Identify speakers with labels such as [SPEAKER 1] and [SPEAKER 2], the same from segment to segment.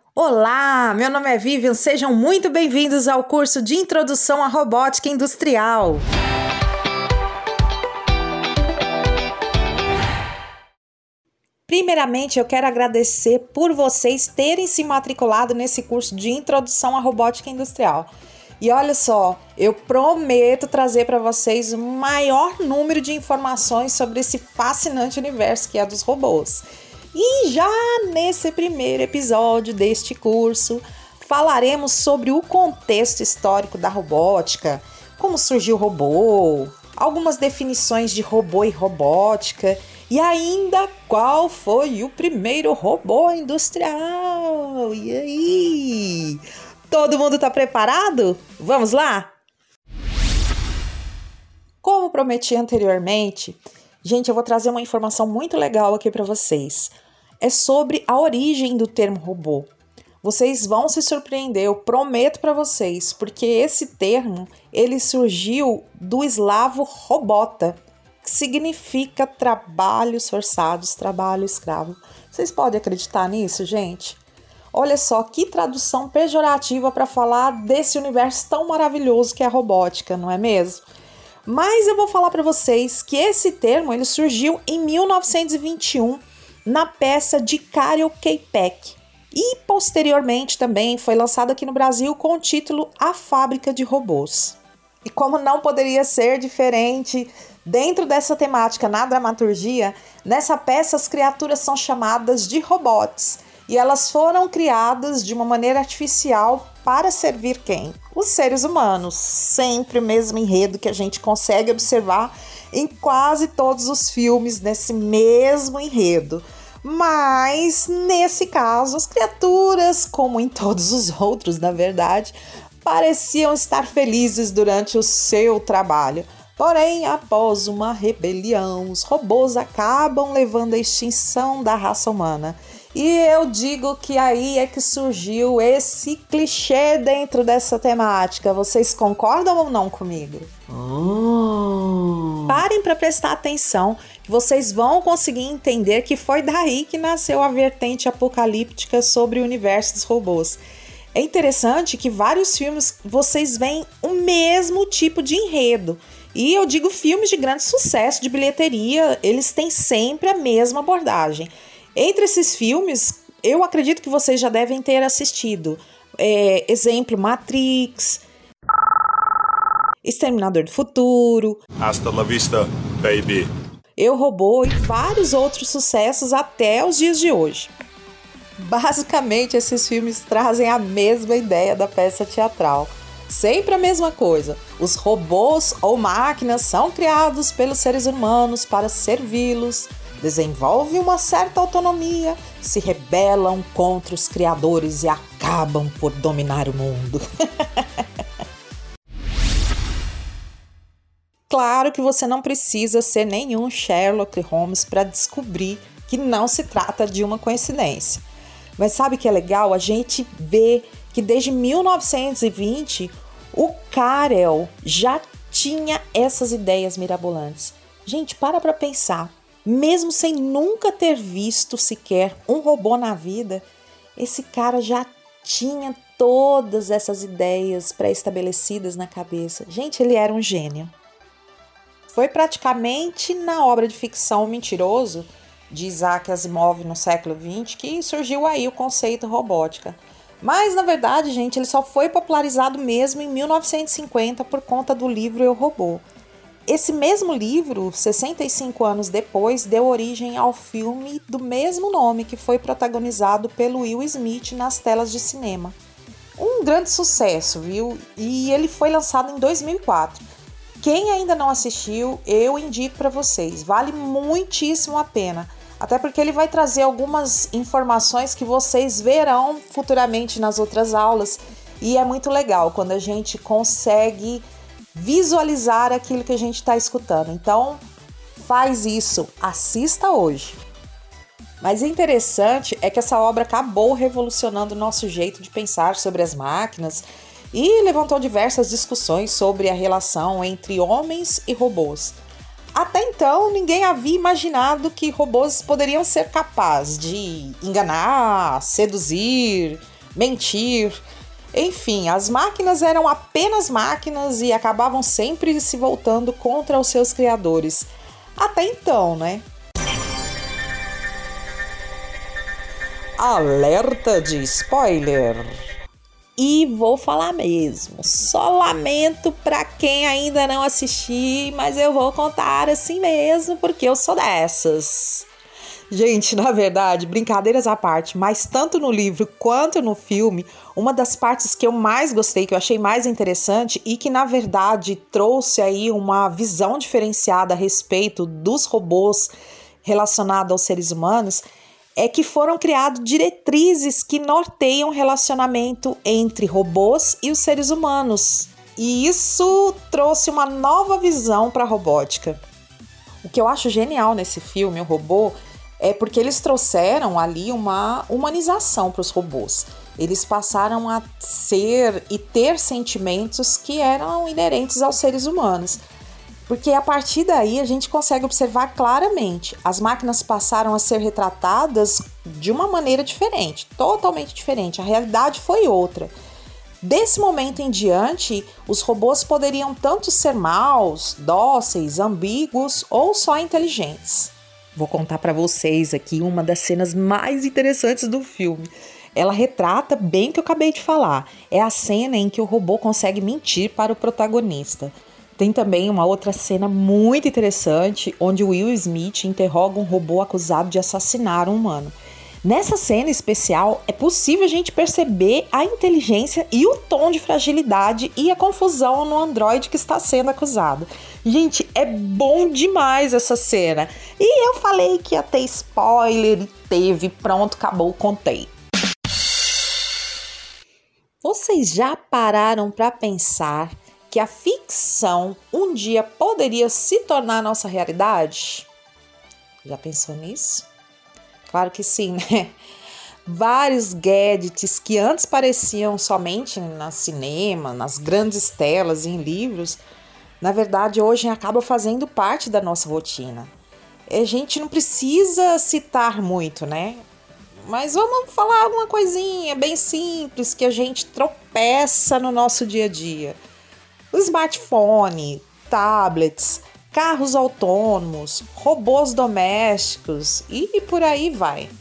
[SPEAKER 1] Olá, meu nome é Vivian, sejam muito bem-vindos ao curso de Introdução à Robótica Industrial. Primeiramente, eu quero agradecer por vocês terem se matriculado nesse curso de Introdução à Robótica Industrial. E olha só, eu prometo trazer para vocês o maior número de informações sobre esse fascinante universo que é dos robôs. E já nesse primeiro episódio deste curso, falaremos sobre o contexto histórico da robótica, como surgiu o robô, algumas definições de robô e robótica e ainda qual foi o primeiro robô industrial. E aí? Todo mundo está preparado? Vamos lá? Como prometi anteriormente, gente, eu vou trazer uma informação muito legal aqui para vocês. É sobre a origem do termo robô. Vocês vão se surpreender, eu prometo para vocês, porque esse termo, ele surgiu do eslavo robota, que significa trabalhos forçados, trabalho escravo. Vocês podem acreditar nisso, gente? Olha só que tradução pejorativa para falar desse universo tão maravilhoso que é a robótica, não é mesmo? Mas eu vou falar para vocês que esse termo ele surgiu em 1921 na peça de Karel Čapek e posteriormente também foi lançado aqui no Brasil com o título A Fábrica de Robôs. E como não poderia ser diferente, dentro dessa temática na dramaturgia, nessa peça as criaturas são chamadas de robots e elas foram criadas de uma maneira artificial para servir quem? Os seres humanos, sempre o mesmo enredo que a gente consegue observar em quase todos os filmes nesse mesmo enredo. Mas, nesse caso, as criaturas, como em todos os outros, na verdade, pareciam estar felizes durante o seu trabalho. Porém, após uma rebelião, os robôs acabam levando à extinção da raça humana. E eu digo que aí é que surgiu esse clichê dentro dessa temática. Vocês concordam ou não comigo? Parem para prestar atenção, que vocês vão conseguir entender que foi daí que nasceu a vertente apocalíptica sobre o universo dos robôs. É interessante que vários filmes vocês veem o mesmo tipo de enredo. E eu digo filmes de grande sucesso de bilheteria, eles têm sempre a mesma abordagem. Entre esses filmes, eu acredito que vocês já devem ter assistido. Exemplo, Matrix, Exterminador do Futuro,
[SPEAKER 2] Hasta la vista, baby.
[SPEAKER 1] Eu, Robô e vários outros sucessos até os dias de hoje. Basicamente, esses filmes trazem a mesma ideia da peça teatral. Sempre a mesma coisa. Os robôs ou máquinas são criados pelos seres humanos para servi-los, desenvolvem uma certa autonomia, se rebelam contra os criadores e acabam por dominar o mundo. Claro que você não precisa ser nenhum Sherlock Holmes para descobrir que não se trata de uma coincidência. Mas sabe o que é legal? A gente vê que desde 1920 o Karel já tinha essas ideias mirabolantes. Gente, para pensar. Mesmo sem nunca ter visto sequer um robô na vida, esse cara já tinha todas essas ideias pré-estabelecidas na cabeça. Gente, ele era um gênio. Foi praticamente na obra de ficção O Mentiroso, de Isaac Asimov no século XX, que surgiu aí o conceito robótica. Mas, na verdade, gente, ele só foi popularizado mesmo em 1950 por conta do livro Eu, Robô. Esse mesmo livro, 65 anos depois, deu origem ao filme do mesmo nome que foi protagonizado pelo Will Smith nas telas de cinema. Um grande sucesso, viu? E ele foi lançado em 2004. Quem ainda não assistiu, eu indico para vocês. Vale muitíssimo a pena. Até porque ele vai trazer algumas informações que vocês verão futuramente nas outras aulas. E é muito legal quando a gente consegue visualizar aquilo que a gente está escutando. Então, faz isso, assista hoje. Mas o interessante é que essa obra acabou revolucionando o nosso jeito de pensar sobre as máquinas e levantou diversas discussões sobre a relação entre homens e robôs. Até então, ninguém havia imaginado que robôs poderiam ser capazes de enganar, seduzir, mentir. Enfim, as máquinas eram apenas máquinas e acabavam sempre se voltando contra os seus criadores. Até então, né? Alerta de spoiler! E vou falar mesmo, só lamento pra quem ainda não assistiu, mas eu vou contar assim mesmo, porque eu sou dessas. Gente, na verdade, brincadeiras à parte, mas tanto no livro quanto no filme, uma das partes que eu mais gostei, que eu achei mais interessante e que na verdade trouxe aí uma visão diferenciada a respeito dos robôs relacionados aos seres humanos, é que foram criadas diretrizes que norteiam o relacionamento entre robôs e os seres humanos. E isso trouxe uma nova visão para a robótica. O que eu acho genial nesse filme, o robô, é porque eles trouxeram ali uma humanização para os robôs. Eles passaram a ser e ter sentimentos que eram inerentes aos seres humanos. Porque a partir daí a gente consegue observar claramente, as máquinas passaram a ser retratadas de uma maneira diferente, totalmente diferente, a realidade foi outra. Desse momento em diante, os robôs poderiam tanto ser maus, dóceis, ambíguos ou só inteligentes. Vou contar para vocês aqui uma das cenas mais interessantes do filme. Ela retrata bem o que eu acabei de falar. É a cena em que o robô consegue mentir para o protagonista. Tem também uma outra cena muito interessante, onde Will Smith interroga um robô acusado de assassinar um humano. Nessa cena especial, é possível a gente perceber a inteligência e o tom de fragilidade e a confusão no androide que está sendo acusado. Gente, é bom demais essa cena. E eu falei que ia ter spoiler e teve, pronto, acabou, contei. Vocês já pararam para pensar que a ficção um dia poderia se tornar nossa realidade? Já pensou nisso? Claro que sim, né? Vários gadgets que antes pareciam somente no cinema, nas grandes telas e em livros, na verdade hoje acabam fazendo parte da nossa rotina. A gente não precisa citar muito, né? Mas vamos falar uma coisinha bem simples que a gente tropeça no nosso dia a dia. O smartphone, tablets, carros autônomos, robôs domésticos e por aí vai.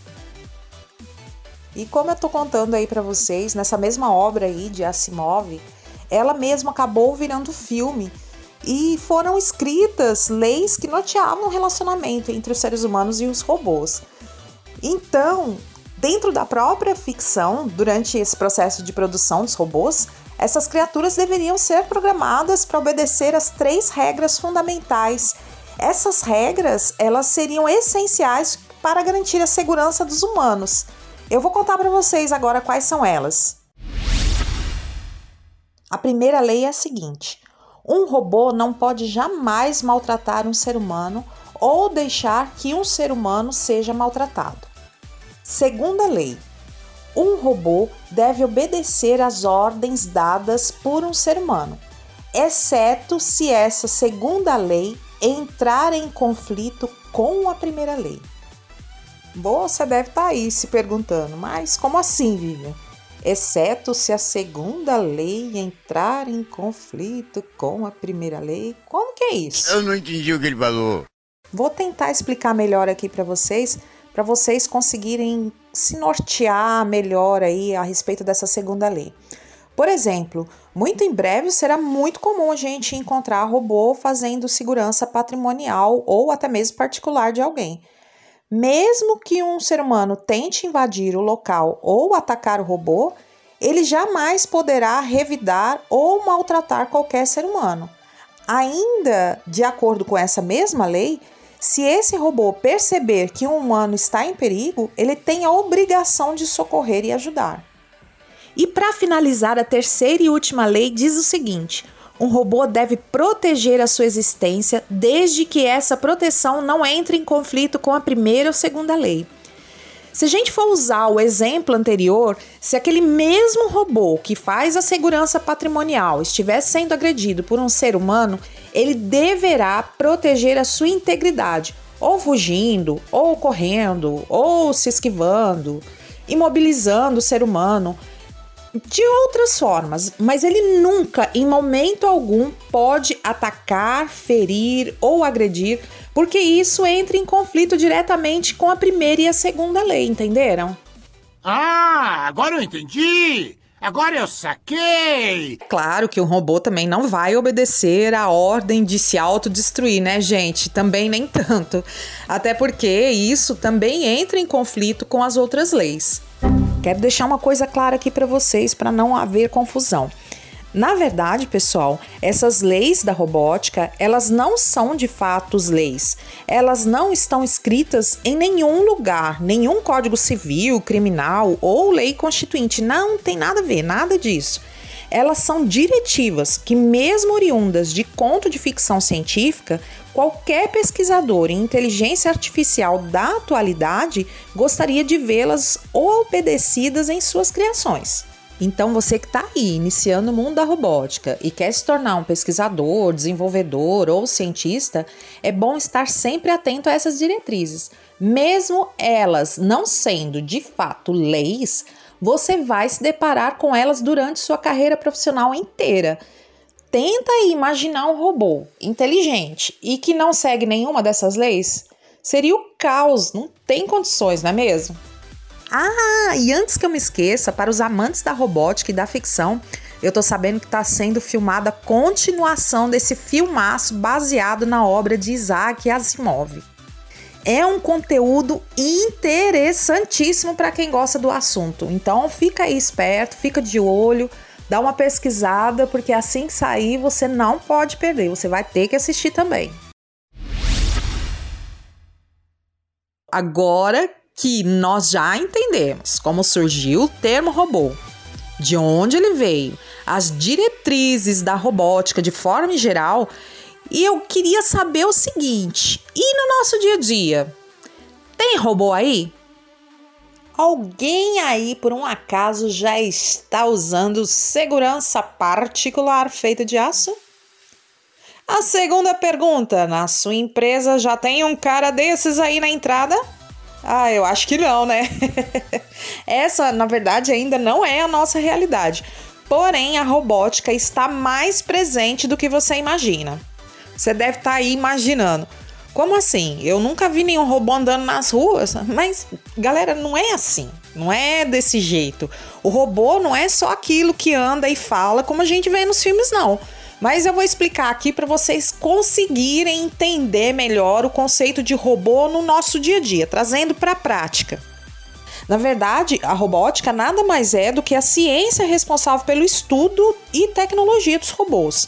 [SPEAKER 1] E como eu tô contando aí para vocês, nessa mesma obra aí de Asimov, ela mesma acabou virando filme e foram escritas leis que norteavam o relacionamento entre os seres humanos e os robôs. Então, dentro da própria ficção, durante esse processo de produção dos robôs, essas criaturas deveriam ser programadas para obedecer às 3 regras fundamentais. Essas regras, elas seriam essenciais para garantir a segurança dos humanos. Eu vou contar para vocês agora quais são elas. A primeira lei é a seguinte: um robô não pode jamais maltratar um ser humano ou deixar que um ser humano seja maltratado. Segunda lei: um robô deve obedecer às ordens dadas por um ser humano, exceto se essa segunda lei entrar em conflito com a primeira lei. Você deve estar aí se perguntando, mas como assim, Vivian? Exceto se a segunda lei entrar em conflito com a primeira lei? Como que é isso?
[SPEAKER 3] Eu não entendi o que ele falou.
[SPEAKER 1] Vou tentar explicar melhor aqui para vocês conseguirem se nortear melhor aí a respeito dessa segunda lei. Por exemplo, muito em breve será muito comum a gente encontrar robô fazendo segurança patrimonial ou até mesmo particular de alguém. Mesmo que um ser humano tente invadir o local ou atacar o robô, ele jamais poderá revidar ou maltratar qualquer ser humano. Ainda de acordo com essa mesma lei, se esse robô perceber que um humano está em perigo, ele tem a obrigação de socorrer e ajudar. E para finalizar, a terceira e última lei diz o seguinte: um robô deve proteger a sua existência desde que essa proteção não entre em conflito com a primeira ou segunda lei. Se a gente for usar o exemplo anterior, se aquele mesmo robô que faz a segurança patrimonial estiver sendo agredido por um ser humano, ele deverá proteger a sua integridade, ou fugindo, ou correndo, ou se esquivando, imobilizando o ser humano, de outras formas, mas ele nunca, em momento algum, pode atacar, ferir ou agredir, porque isso entra em conflito diretamente com a primeira e a segunda lei, entenderam?
[SPEAKER 3] Ah, agora eu entendi! Agora eu saquei!
[SPEAKER 1] Claro que o robô também não vai obedecer à ordem de se autodestruir, né, gente? Também nem tanto. Até porque isso também entra em conflito com as outras leis. Quero deixar uma coisa clara aqui para vocês, para não haver confusão. Na verdade, pessoal, essas leis da robótica, elas não são de fato leis. Elas não estão escritas em nenhum lugar, nenhum código civil, criminal ou lei constituinte. Não tem nada a ver, nada disso. Elas são diretivas que, mesmo oriundas de conto de ficção científica, qualquer pesquisador em inteligência artificial da atualidade gostaria de vê-las obedecidas em suas criações. Então, você que está aí iniciando o mundo da robótica e quer se tornar um pesquisador, desenvolvedor ou cientista, é bom estar sempre atento a essas diretrizes. Mesmo elas não sendo de fato leis, você vai se deparar com elas durante sua carreira profissional inteira. Tenta aí imaginar um robô inteligente e que não segue nenhuma dessas leis. Seria o caos, não tem condições, não é mesmo? Ah, e antes que eu me esqueça, para os amantes da robótica e da ficção, eu tô sabendo que está sendo filmada a continuação desse filmaço baseado na obra de Isaac Asimov. É um conteúdo interessantíssimo para quem gosta do assunto. Então fica aí esperto, fica de olho, dá uma pesquisada, porque assim que sair você não pode perder, você vai ter que assistir também. Agora que nós já entendemos como surgiu o termo robô, de onde ele veio, as diretrizes da robótica de forma geral, e eu queria saber o seguinte: e no nosso dia a dia? Tem robô aí? Alguém aí, por um acaso, já está usando segurança particular feita de aço? A segunda pergunta: na sua empresa já tem um cara desses aí na entrada? Ah, eu acho que não, né? Essa, na verdade, ainda não é a nossa realidade. Porém, a robótica está mais presente do que você imagina. Você deve estar aí imaginando: como assim? Eu nunca vi nenhum robô andando nas ruas. Mas, galera, não é assim. Não é desse jeito. O robô não é só aquilo que anda e fala como a gente vê nos filmes, não. Mas eu vou explicar aqui para vocês conseguirem entender melhor o conceito de robô no nosso dia a dia, trazendo para a prática. Na verdade, a robótica nada mais é do que a ciência responsável pelo estudo e tecnologia dos robôs.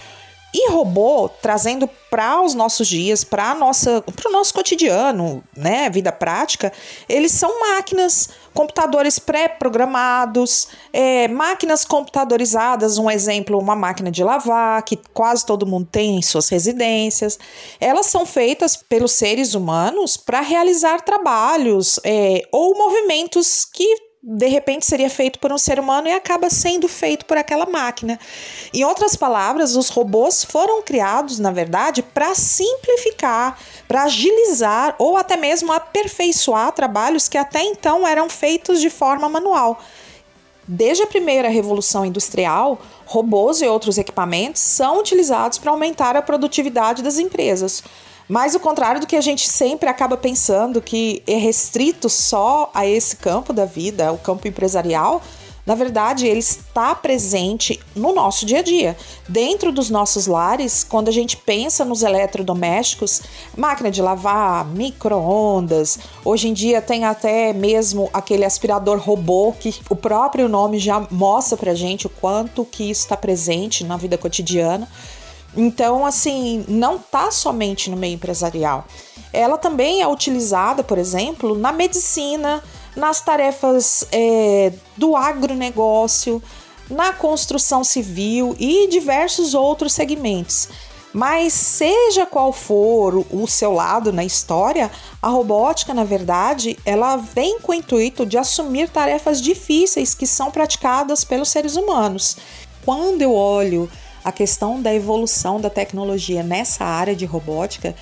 [SPEAKER 1] E robô, trazendo para os nossos dias, para o nosso cotidiano, né, vida prática, eles são máquinas, computadores pré-programados, máquinas computadorizadas, um exemplo, uma máquina de lavar, que quase todo mundo tem em suas residências. Elas são feitas pelos seres humanos para realizar trabalhos ou movimentos que de repente seria feito por um ser humano e acaba sendo feito por aquela máquina. Em outras palavras, os robôs foram criados, na verdade, para simplificar, para agilizar ou até mesmo aperfeiçoar trabalhos que até então eram feitos de forma manual. Desde a primeira revolução industrial, robôs e outros equipamentos são utilizados para aumentar a produtividade das empresas. Mas o contrário do que a gente sempre acaba pensando, que é restrito só a esse campo da vida, o campo empresarial, na verdade ele está presente no nosso dia a dia. Dentro dos nossos lares, quando a gente pensa nos eletrodomésticos, máquina de lavar, micro-ondas, hoje em dia tem até mesmo aquele aspirador robô, que o próprio nome já mostra pra gente o quanto que isso está presente na vida cotidiana. Então, assim, não está somente no meio empresarial. Ela também é utilizada, por exemplo, na medicina, nas tarefas do agronegócio, na construção civil e diversos outros segmentos. Mas seja qual for o seu lado na história, a robótica, na verdade, ela vem com o intuito de assumir tarefas difíceis que são praticadas pelos seres humanos. Quando eu olho a questão da evolução da tecnologia nessa área de robótica,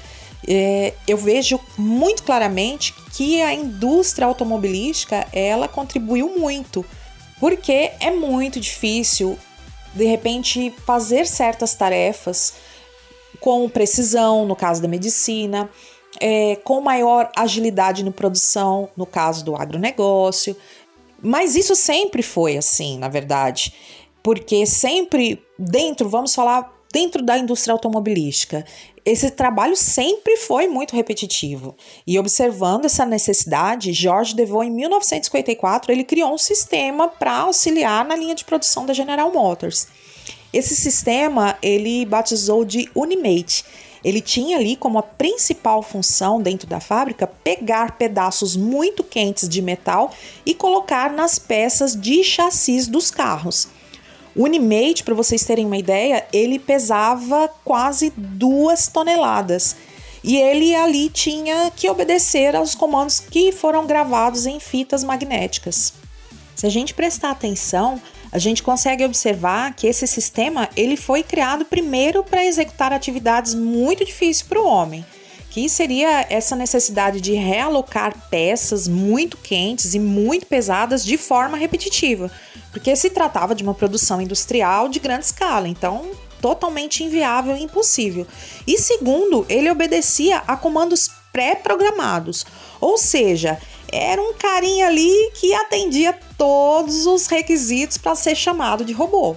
[SPEAKER 1] eu vejo muito claramente que a indústria automobilística ela contribuiu muito porque é muito difícil, de repente, fazer certas tarefas com precisão, no caso da medicina, com maior agilidade na produção, no caso do agronegócio. Mas isso sempre foi assim, na verdade, porque sempre vamos falar dentro da indústria automobilística, esse trabalho sempre foi muito repetitivo. E observando essa necessidade, George Devon, em 1954, ele criou um sistema para auxiliar na linha de produção da General Motors. Esse sistema ele batizou de Unimate. Ele tinha ali como a principal função dentro da fábrica pegar pedaços muito quentes de metal e colocar nas peças de chassis dos carros. O Unimate, para vocês terem uma ideia, ele pesava quase 2 toneladas e ele ali tinha que obedecer aos comandos que foram gravados em fitas magnéticas. Se a gente prestar atenção, a gente consegue observar que esse sistema ele foi criado primeiro para executar atividades muito difíceis para o homem, que seria essa necessidade de realocar peças muito quentes e muito pesadas de forma repetitiva, porque se tratava de uma produção industrial de grande escala, então totalmente inviável e impossível. E segundo, ele obedecia a comandos pré-programados, ou seja, era um carinha ali que atendia todos os requisitos para ser chamado de robô.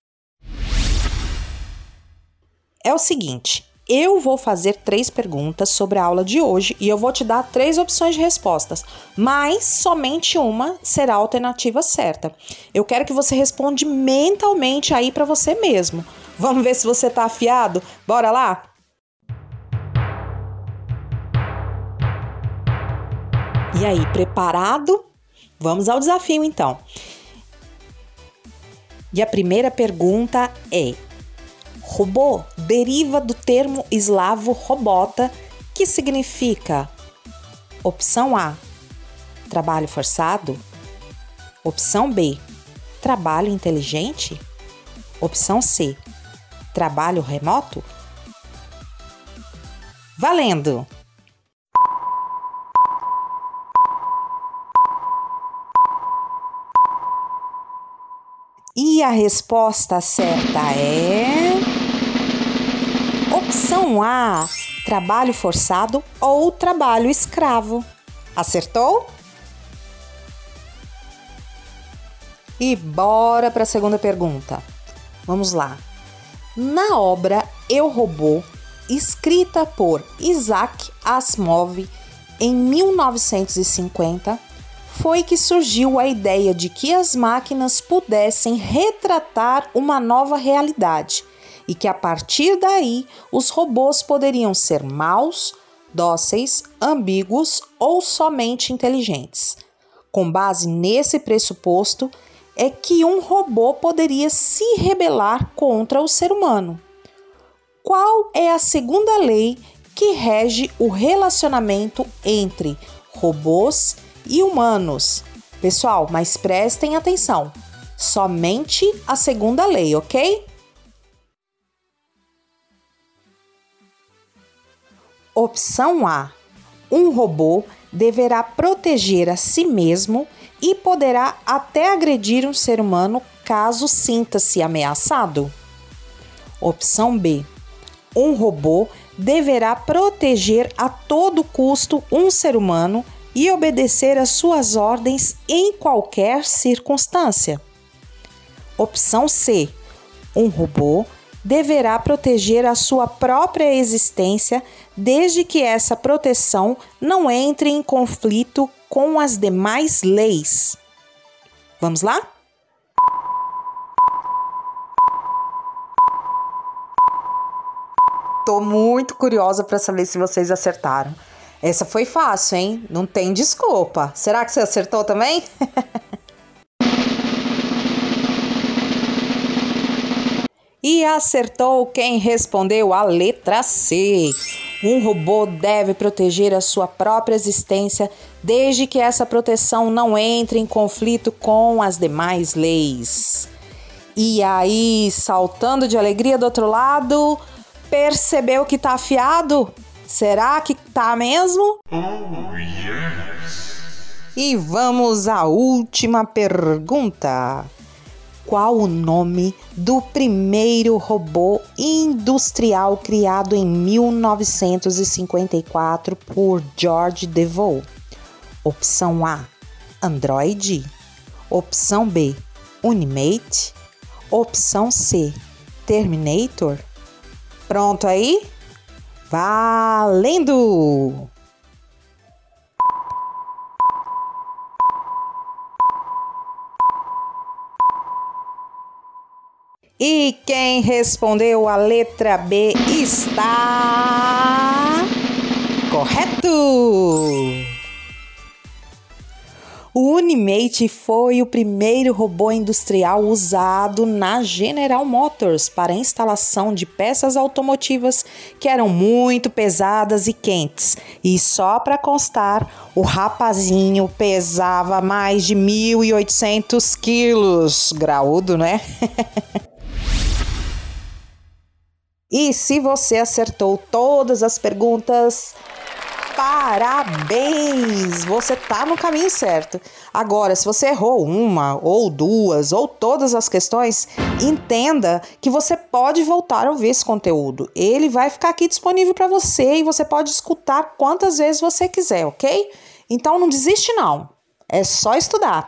[SPEAKER 1] É o seguinte, eu vou fazer 3 perguntas sobre a aula de hoje e eu vou te dar 3 opções de respostas, mas somente uma será a alternativa certa. Eu quero que você responda mentalmente aí para você mesmo. Vamos ver se você tá afiado? Bora lá? E aí, preparado? Vamos ao desafio então. E a primeira pergunta é: robô deriva do termo eslavo robota, que significa opção A, trabalho forçado, opção B, trabalho inteligente, opção C, trabalho remoto? Valendo! E a resposta certa é opção A, trabalho forçado ou trabalho escravo. Acertou? E bora para a segunda pergunta. Vamos lá. Na obra Eu, Robô, escrita por Isaac Asimov em 1950, foi que surgiu a ideia de que as máquinas pudessem retratar uma nova realidade e que a partir daí os robôs poderiam ser maus, dóceis, ambíguos ou somente inteligentes. Com base nesse pressuposto é que um robô poderia se rebelar contra o ser humano. Qual é a segunda lei que rege o relacionamento entre robôs e humanos? Pessoal, mas prestem atenção. Somente a segunda lei, ok? Opção A. Um robô deverá proteger a si mesmo e poderá até agredir um ser humano caso sinta-se ameaçado. Opção B. Um robô deverá proteger a todo custo um ser humano e obedecer às suas ordens em qualquer circunstância. Opção C. Um robô deverá proteger a sua própria existência desde que essa proteção não entre em conflito com as demais leis. Vamos lá? Tô muito curiosa para saber se vocês acertaram. Essa foi fácil, hein? Não tem desculpa. Será que você acertou também? E acertou quem respondeu a letra C. Um robô deve proteger a sua própria existência desde que essa proteção não entre em conflito com as demais leis. E aí, saltando de alegria do outro lado, percebeu que tá afiado? Será que tá mesmo? Oh, yes! E vamos à última pergunta. Qual o nome do primeiro robô industrial criado em 1954 por George Devol? Opção A, Android. Opção B, Unimate. Opção C, Terminator. Pronto aí? Valendo! E quem respondeu a letra B está correto! O Unimate foi o primeiro robô industrial usado na General Motors para a instalação de peças automotivas que eram muito pesadas e quentes. E só para constar, o rapazinho pesava mais de 1.800 quilos. Graúdo, né? E se você acertou todas as perguntas, parabéns! Você tá no caminho certo. Agora, se você errou uma, ou duas, ou todas as questões, entenda que você pode voltar a ouvir esse conteúdo. Ele vai ficar aqui disponível para você e você pode escutar quantas vezes você quiser, ok? Então não desiste não, é só estudar.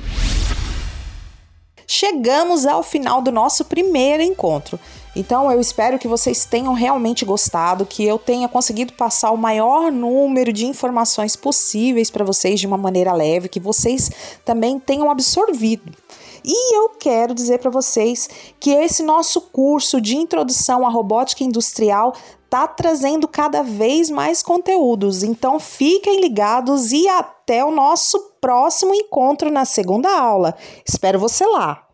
[SPEAKER 1] Chegamos ao final do nosso primeiro encontro. Então eu espero que vocês tenham realmente gostado, que eu tenha conseguido passar o maior número de informações possíveis para vocês de uma maneira leve, que vocês também tenham absorvido. E eu quero dizer para vocês que esse nosso curso de introdução à robótica industrial está trazendo cada vez mais conteúdos. Então fiquem ligados e até o nosso próximo encontro na segunda aula. Espero você lá!